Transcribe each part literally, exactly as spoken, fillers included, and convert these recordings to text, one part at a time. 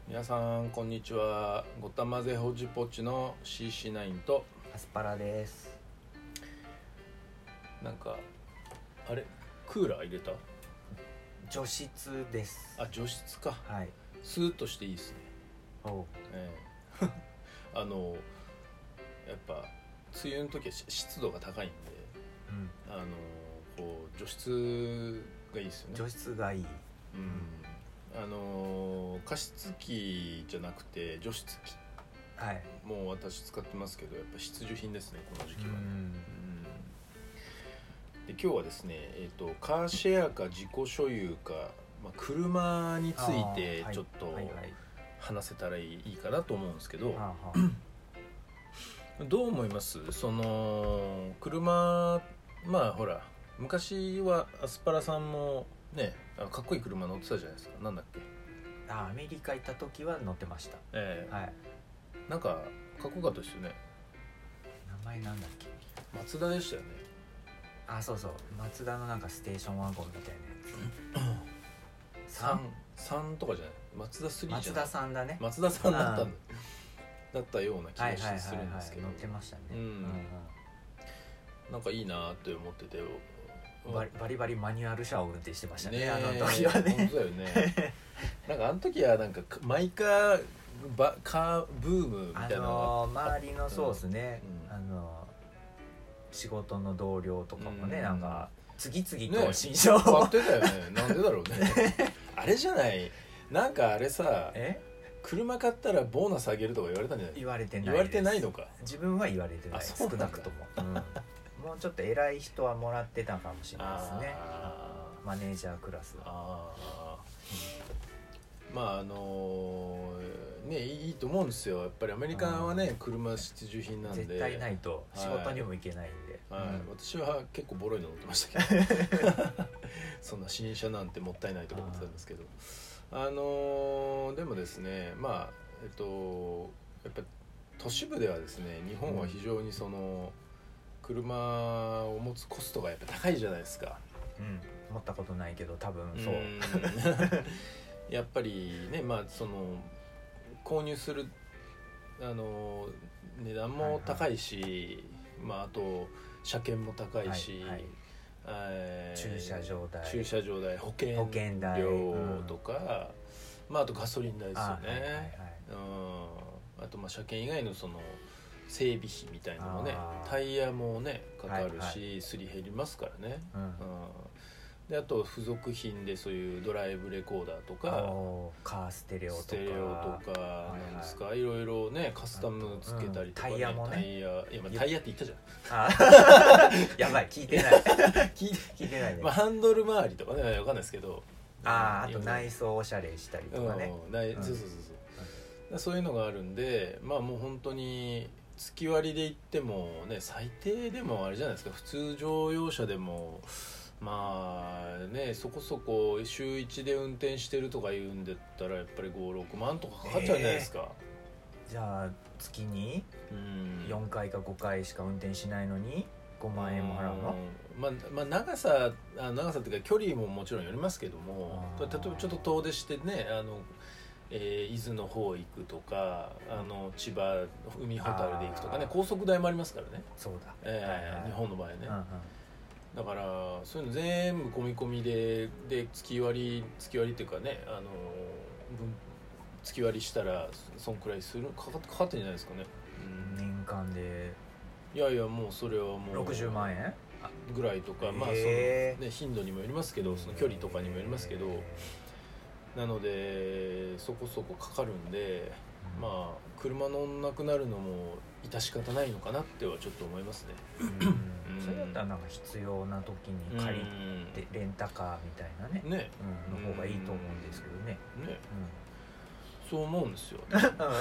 皆さんこんにちは。ごたまぜほじぽちの シーシーナイン とアスパラです。 なんかあれクーラー入れた？ 除湿です。 あ、除湿か。 はい。 スーッとしていいですね。 おう、 ええあのやっぱ梅雨の時は湿度が高いんで、 うん、 あのこう除湿がいいですよね。 除湿がいい。 うん、あの加湿器じゃなくて除湿器。 はい。 もう私使ってますけど、やっぱ必需品ですね、この時期は。 うんうんで今日はですね、えーと、カーシェアか自己所有か、まあ、車についてちょっと話せたらいいかなと思うんですけど、 はあはあ、 どう思います？その車、まあほら昔はアスパラさんもね、かっこいい車乗ってたじゃないですか。なんだっけ、 あ、アメリカ行った時は乗ってました。 えーはい。 なんかかっこよかったですよね。 名前なんだっけ。 マツダでしたよね。 あ、そうそう、マツダのなんかステーションワゴンみたいなやつ。 さん さんとかじゃない、マツダスリーじゃない、 マツダさんだね。 マツダさんだったんだだったような気がするんですけど、 乗ってましたね。 うんうんうん、 なんかいいなって思ってて、 バリバリバリマニュアル車を運転してましたね、 ね、 あの時はね。 本当だよね。なんかあの時はなんかマイカーバカーブームみたいなのが、 あのー、周りのそうですね、 うん、 あのー仕事の同僚とかもね、 うん、 なんか次々と新車を、 ね、買ってたよね。なんでだろうね。あれじゃない、なんかあれさ、 え車買ったらボーナスあげるとか言われたんじゃない？ 言われてないです。 言われてないのか。 自分は言われてない、少なくとも、うん、もうちょっと偉い人はもらってたかもしれないですね。マネージャークラスは。 ああ、うん、まああのー、ねいいと思うんですよ。やっぱりアメリカはね車必需品なんで絶対ないと仕事にも行けないんで、 はいはい、 うん、 私は結構ボロいの乗ってましたけどそんな新車なんてもったいないとか思ってたんですけど、あ、あのー、でもですね、まあえっとやっぱ都市部ではですね、日本は非常にその車を持つコストがやっぱ高いじゃないですか。 うん、持ったことないけど多分そう、 うんやっぱりね、まあその購入するあの値段も高いし、はいはい、まああと車検も高いし、はいはい、えー、 駐車場代駐車場代保険保険代料とか、うん、まああとガソリン代ですよね。あ、はいはいはい、うん、あとまあ車検以外のその整備費みたいなのもね、タイヤもねかかるし、はいはい、すり減りますからね、うんうん、であと付属品でそういうドライブレコーダーとかカーステレオとかステレオとかなんですか、はいはい、いろいろねカスタムつけたりとか、ね、 うん、タイヤもね、 タイヤ、いや、まあ、タイヤって言ったじゃん。 あやばい、聞いてない聞いて聞いてないね、 まあ、ハンドル周りとかね、わかんないですけど、 ああ、あと内装おしゃれしたりとかね、 うん、そうそうそうそう、うん、そういうのがあるんで、まあもう本当に月割りで言ってもね、最低でもあれじゃないですか、普通乗用車でもまあね、そこそこ週いちで運転してるとか言うんだったらやっぱりご、ろくまんとかかかっちゃうんじゃないですか、 えー、じゃあ月によんかいかごかいしか運転しないのにごまんえんも払うの？ まあ、まあ長さあ長さっていうか距離ももちろんよりますけども、例えばちょっと遠出してね、あのえー、伊豆の方行くとか、あの千葉海ほたるで行くとかね、高速代もありますからね。 そうだ、 えーはいはい、日本の場合ね、うんうん、だからそういうの全部込み込みでで月割り月割りっていうかね、あの月割りしたらそんくらいするかか, かかってるんじゃないですかね、 うん、年間でいやいやもうそれはもうろくじゅうまんえんぐらいとか、まあそのね、頻度にもよりますけど、その距離とかにもよりますけど、なのでそこそこかかるんで、うん、まあ車乗んなくなるのも致し方ないのかなってはちょっと思いますね、 うんうん、それだったらなんか必要な時に借りてレンタカーみたいなね、ね、うん、の方がいいと思うんですけどね、 ね、うん、そう思うんですよ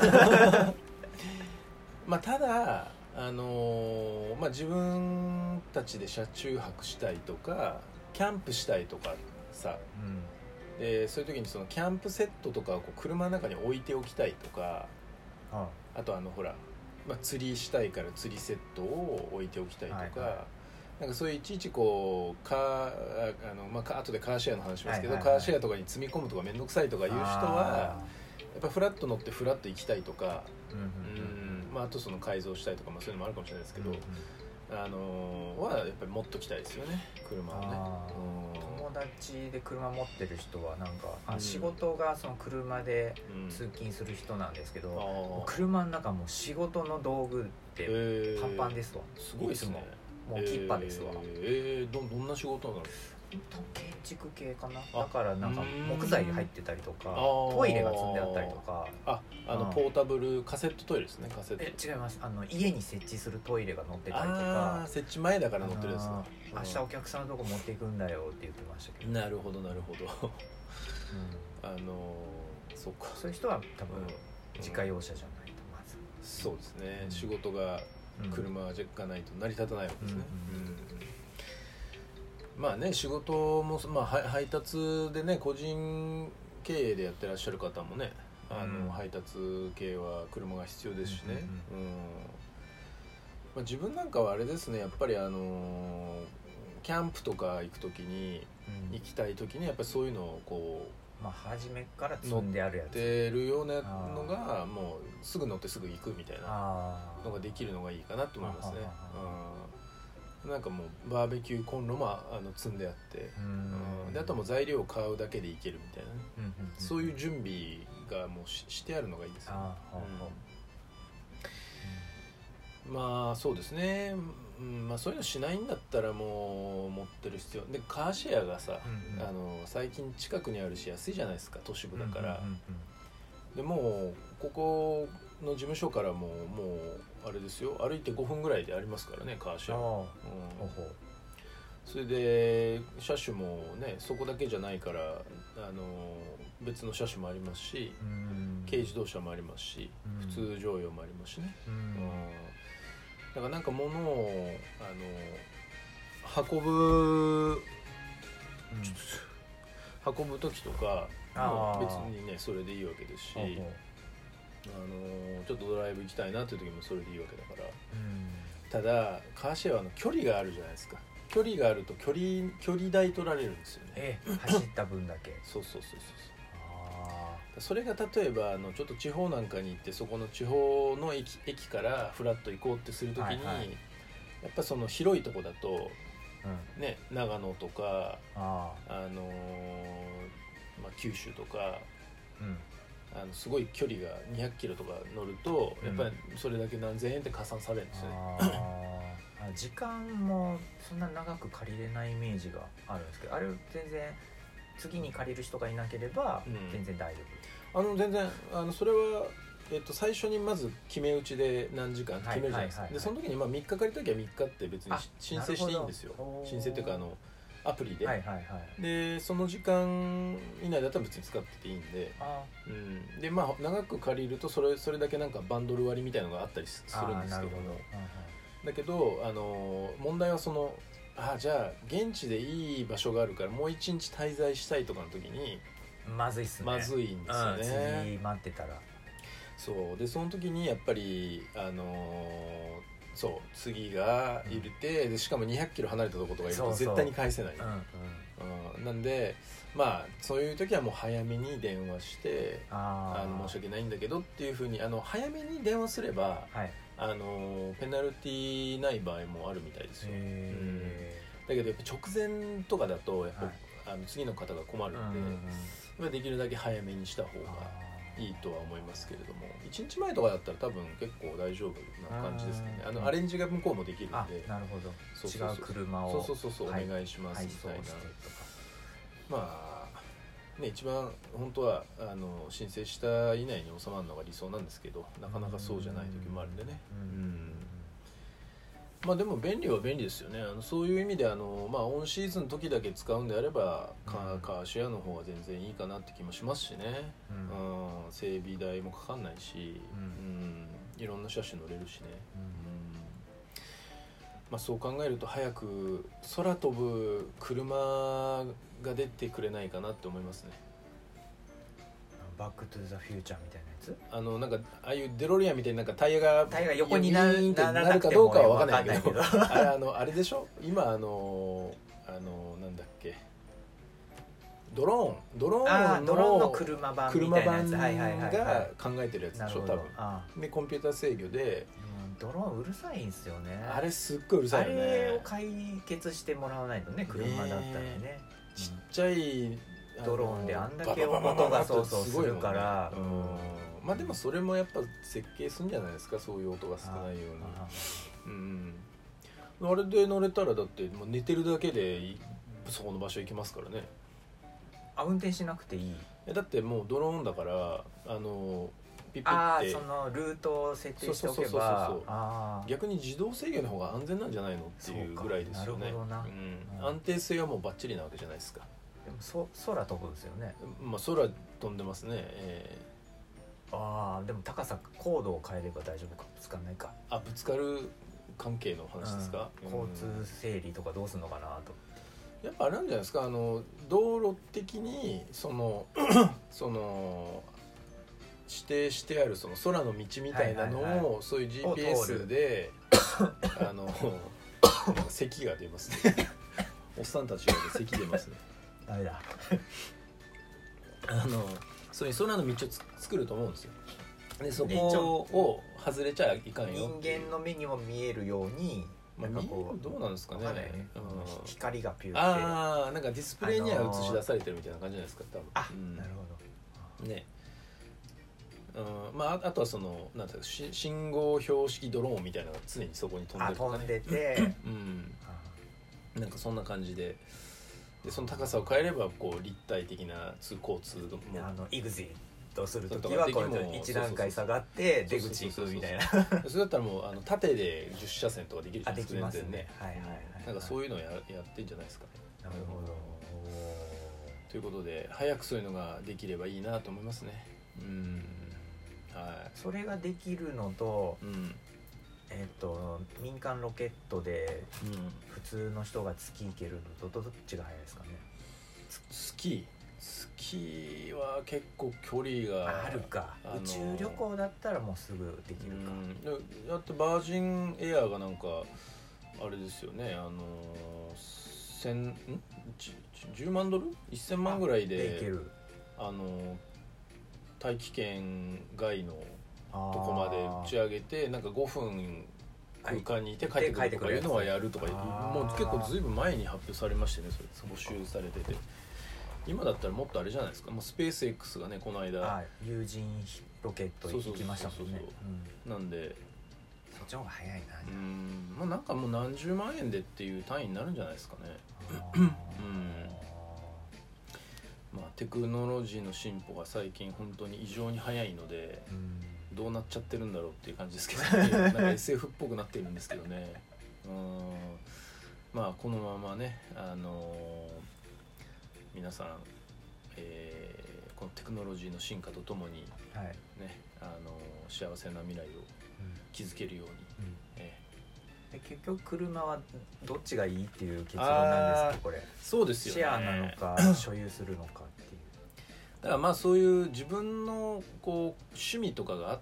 まあただあのーまあ、自分たちで車中泊したいとかキャンプしたいとかさ、うん、でそういう時にそのキャンプセットとかをこう車の中に置いておきたいとか、ああ、あとあのほら、まあ、釣りしたいから釣りセットを置いておきたいとか、はいはい、なんかそういういちいちこうカーあの、まあ後でカーシェアの話しますけど、はいはいはい、カーシェアとかに積み込むとかめんどくさいとかいう人はっぱフラット乗ってフラット行きたいとか、 うんうんうんまあ、あとその改造したいとか、まあ、そういうのもあるかもしれないですけど、 うんうんあのー、はやっぱり持っときたいですよね車をね。 友達で車持ってる人はなんか、 うん、 あ仕事がその車で通勤する人なんですけど、 うん、 車の中も仕事の道具ってパンパンですわ、 えー、すごいですね。 もうキッパですわ。 えー、えー、ど, どんな仕事なの？ 建築系かな。だからなんか木材入ってたりとか、トイレが積んであったりとか、 ああのポータブルカセットトイレですね。カセット。 え違います。あの家に設置するトイレが載ってたりとか。 あ設置前だから載ってるんですか。 明日お客さんのとこ持っていくんだよって言ってましたけど。 なるほどなるほど、うん、あのそっか、 そういう人は多分自家用車じゃないとまず、 そうですね、うん、仕事が車じゃないと成り立たないわけですね、うんうんうん、まあね仕事も、まあ、配達でね個人経営でやってらっしゃる方もねあの、うん、配達系は車が必要ですしね、うんうんうん、まあ、自分なんかはあれですねやっぱりあのキャンプとか行くときに、うん、行きたいときにやっぱりそういうのをこう、まあ、初めから積んであるやつ乗ってるようなのがもうすぐ乗ってすぐ行くみたいなのができるのがいいかなと思いますね。うん、なんかもうバーベキューコンロもあの積んであって、うん、であともう材料を買うだけでいけるみたいなね、うんうんうん、そういう準備がもう し, してあるのがいいですよね。うん、まあそうですね、うんまあ、そういうのしないんだったらもう持ってる必要でカーシェアがさ、うんうん、あの最近近くにあるし安いじゃないですか都市部だから、うんうんうんうん、でもうここの事務所からももうあれですよ歩いてごふんぐらいでありますからねカーシェア、うん、ほほそれで車種もねそこだけじゃないからあの別の車種もありますし、うん、軽自動車もありますし、うん、普通乗用もありますしね、うんうん、だからなんか物をあの運ぶ、うん、運ぶ時とか別にねそれでいいわけですし、あのちょっとドライブ行きたいなっていう時もそれでいいわけだから、うん、ただカーシェアはの距離があるじゃないですか。距離があると距離距離代取られるんですよね。 ええ、走った分だけそうそうそうそう。それが例えばあのちょっと地方なんかに行ってそこの地方の 駅, 駅からフラッと行こうってするときに、はいはい、やっぱその広いとこだと、うんね、長野とかあ、あのーまあ、九州とか、うん、あのすごい距離がにひゃくキロとか乗ると、うん、やっぱりそれだけ何千円って加算されるんですよね。 あ時間もそんな長く借りれないイメージがあるんですけど、あれ全然次に借りる人がいなければ全然大丈夫、うん、あの全然あのそれは、えっと、最初にまず決め打ちで何時間決めるじゃないですか、はいはいはいはい、でその時にまあみっか借りた時はみっかって別に申請していいんですよ。申請っていうかあのアプリで、はいはいはい、でその時間以内だったら別に使ってていいんで、あ、うん、でまあ長く借りるとそれそれだけなんかバンドル割みたいなのがあったりするんですけども、だけどあの問題はそのあじゃあ現地でいい場所があるからもう一日滞在したいとかの時にまずいっすね。 まずいんですよね。 次待ってたらそうでその時にやっぱりあのーそう次がいるて、うん、でしかもにひゃくキロ離れたところとかいると絶対に返せない、そうそう、うんうん、なんでまあそういう時はもう早めに電話してあの申し訳ないんだけどっていう風にあの早めに電話すれば、はい、あのペナルティない場合もあるみたいですよ、うん、だけどやっぱ直前とかだとやっぱ、はい、あの次の方が困るんで、うんうん、できるだけ早めにした方がいいとは思いますけれども、いちにちまえとかだったら多分結構大丈夫な感じですね。あのアレンジが向こうもできるんで、 なるほど、そうそうそう、違う車をそうそうそうそう、はい、お願いしますみたいな、まあね一番本当はあの申請した以内に収まるのが理想なんですけど、なかなかそうじゃない時もあるんでね。うん、うん、まあでも便利は便利ですよね。あのそういう意味であの、まあ、オンシーズンの時だけ使うんであれば、うん、カー、カーシェアの方が全然いいかなって気もしますしね、うんうん、整備代もかかんないし、うんうん、いろんな車種乗れるしね、うんうんまあ、そう考えると早く空飛ぶ車が出てくれないかなって思いますね。 バックトゥザフューチャーみたいなやつ、 あのなんかああいうデロリアンみたいになんかタイヤがタイヤが横になるかどうかは分かんないけどあれ、あのあれでしょ今あのあのなんだっけドローンドロあーンードローンのの車版み車たいなや版つはいはいはいはがい考えてるやつでしょ、 なるほど多分あでコンピューター制御でードローンうるさいんすよね。 あれすっごいうるさいよね。 あれを解決してもらわないとね、車だったらね、 ねちっちゃいドローンであんだけ音がそうそうするから、 うん、まあでもそれもやっぱ設計するんじゃないですか、そういう音が少ないように。うん、あれで乗れたらだってもう寝てるだけでそこの場所行きますからね。 あ、運転しなくていい。 だってもうドローンだからあのピッピあッてあそのルートを設定しておけそうそうそうそうばそうあ逆に自動制御の方が安全なんじゃないのっていうぐらいですよね。 なるほどな、 うん、 うん安定性はもうバッチリなわけじゃないですか。 でもそ空飛ぶんですよね。 まあ空飛んでますね、えああでも高さ高度を変えれば大丈夫か、ぶつかんないか。 ー、あぶつかる関係の話ですか、 うんうん交通整理とかどうするのかなと。 やっぱあれなんじゃないですか、あの道路的にそのその指定してあるその空の道みたいなのを、はいはいはい、そういう ジーピーエス であの咳が出ますねおっさんたちが咳出ますねダメだあのそういう空の道をつ作ると思うんですよ。でそこを外れちゃいかんよ。 人間の目にも見えるように、 まあ、 なんかこうどうなんですかね、 ねうん、光がピューってああなんかディスプレイには映し出されてるみたいな感じじゃないですか多分。 あ、 うん、 なるほどね。うんまあ、あとはそのなんていうか信号標識ドローンみたいなのが常にそこに飛んでるとか、ね、 飛んでて、 うん、なんかそんな感じで、でその高さを変えればこう立体的な通交通もあのイグジットするときはこう一段階下がって出口行くみたいな。 それだったらもうあの縦でじゅっ車線とかできるじゃないですか。 できますね。 全然ね、 はいはいはい、 なんかそういうのを や, やってんじゃないですかね。 なるほど。 ということで早くそういうのができればいいなと思いますね。うんはい、 それができるのと、 うん、 えっと民間ロケットでうん、 普通の人が月行けるのとどっちが早いですかね。 月月は結構距離があるか、 あの宇宙旅行だったらもうすぐできるか。 うん、だってバージンエアがなんかあれですよね、あの千んじゅうまんドルせんまんぐらいでできる、 あの大気圏外のとこまで打ち上げてなんかごふん空間にいて帰ってくるとかいうのはやるとか、もう結構ずいぶん前に発表されましてね、それ募集されてて、今だったらもっとあれじゃないですか、もうスペース X がねこの間有人ロケット行きましたもんね。 なんでそっちの方が早いな。 うん、まあ、なんかもう何十万円でっていう単位になるんじゃないですかね。うん、まあテクノロジーの進歩が最近本当に異常に早いので、うん、どうなっちゃってるんだろうっていう感じですけど、ね、なんか エスエフ っぽくなってるんですけどね。うん、まあこのままね、あのー、皆さん、えー、このテクノロジーの進化とともに、 はいね、あのー、幸せな未来を築けるように、うんえー、結局車はどっちがいいっていう結論なんですかこれ。 そうですよね。 シェアなのか所有するのかっていう。 だからまあそういう自分のこう趣味とかがあって、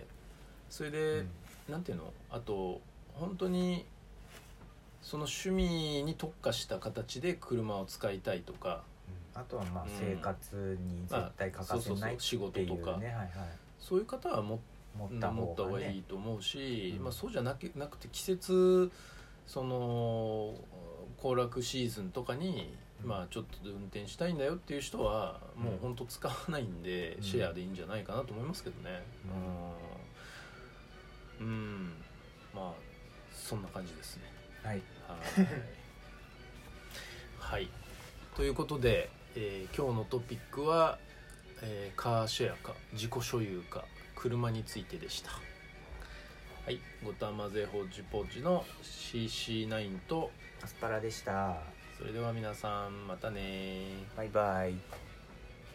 それで、うん、なんていうの、あと本当にその趣味に特化した形で車を使いたいとか、 うん、あとはまあ生活に絶対欠かせないっていうね、 仕事とか、 はいはい、 そういう方はも持った方が、ね、 持った方がいいと思うし、うん、まあ、そうじゃなく、なくて季節その行楽シーズンとかに、うん、まあちょっと運転したいんだよっていう人はもう本当使わないんで、うん、シェアでいいんじゃないかなと思いますけどね。うん、うん、まあそんな感じですね。 はい、 はいはい、ということで、えー、今日のトピックは、えー、カーシェアか自己所有か車についてでした。はい、ごたまぜほじぽじの シーシーナイン とアスパラでした。 それでは皆さんまたね、 バイバイ。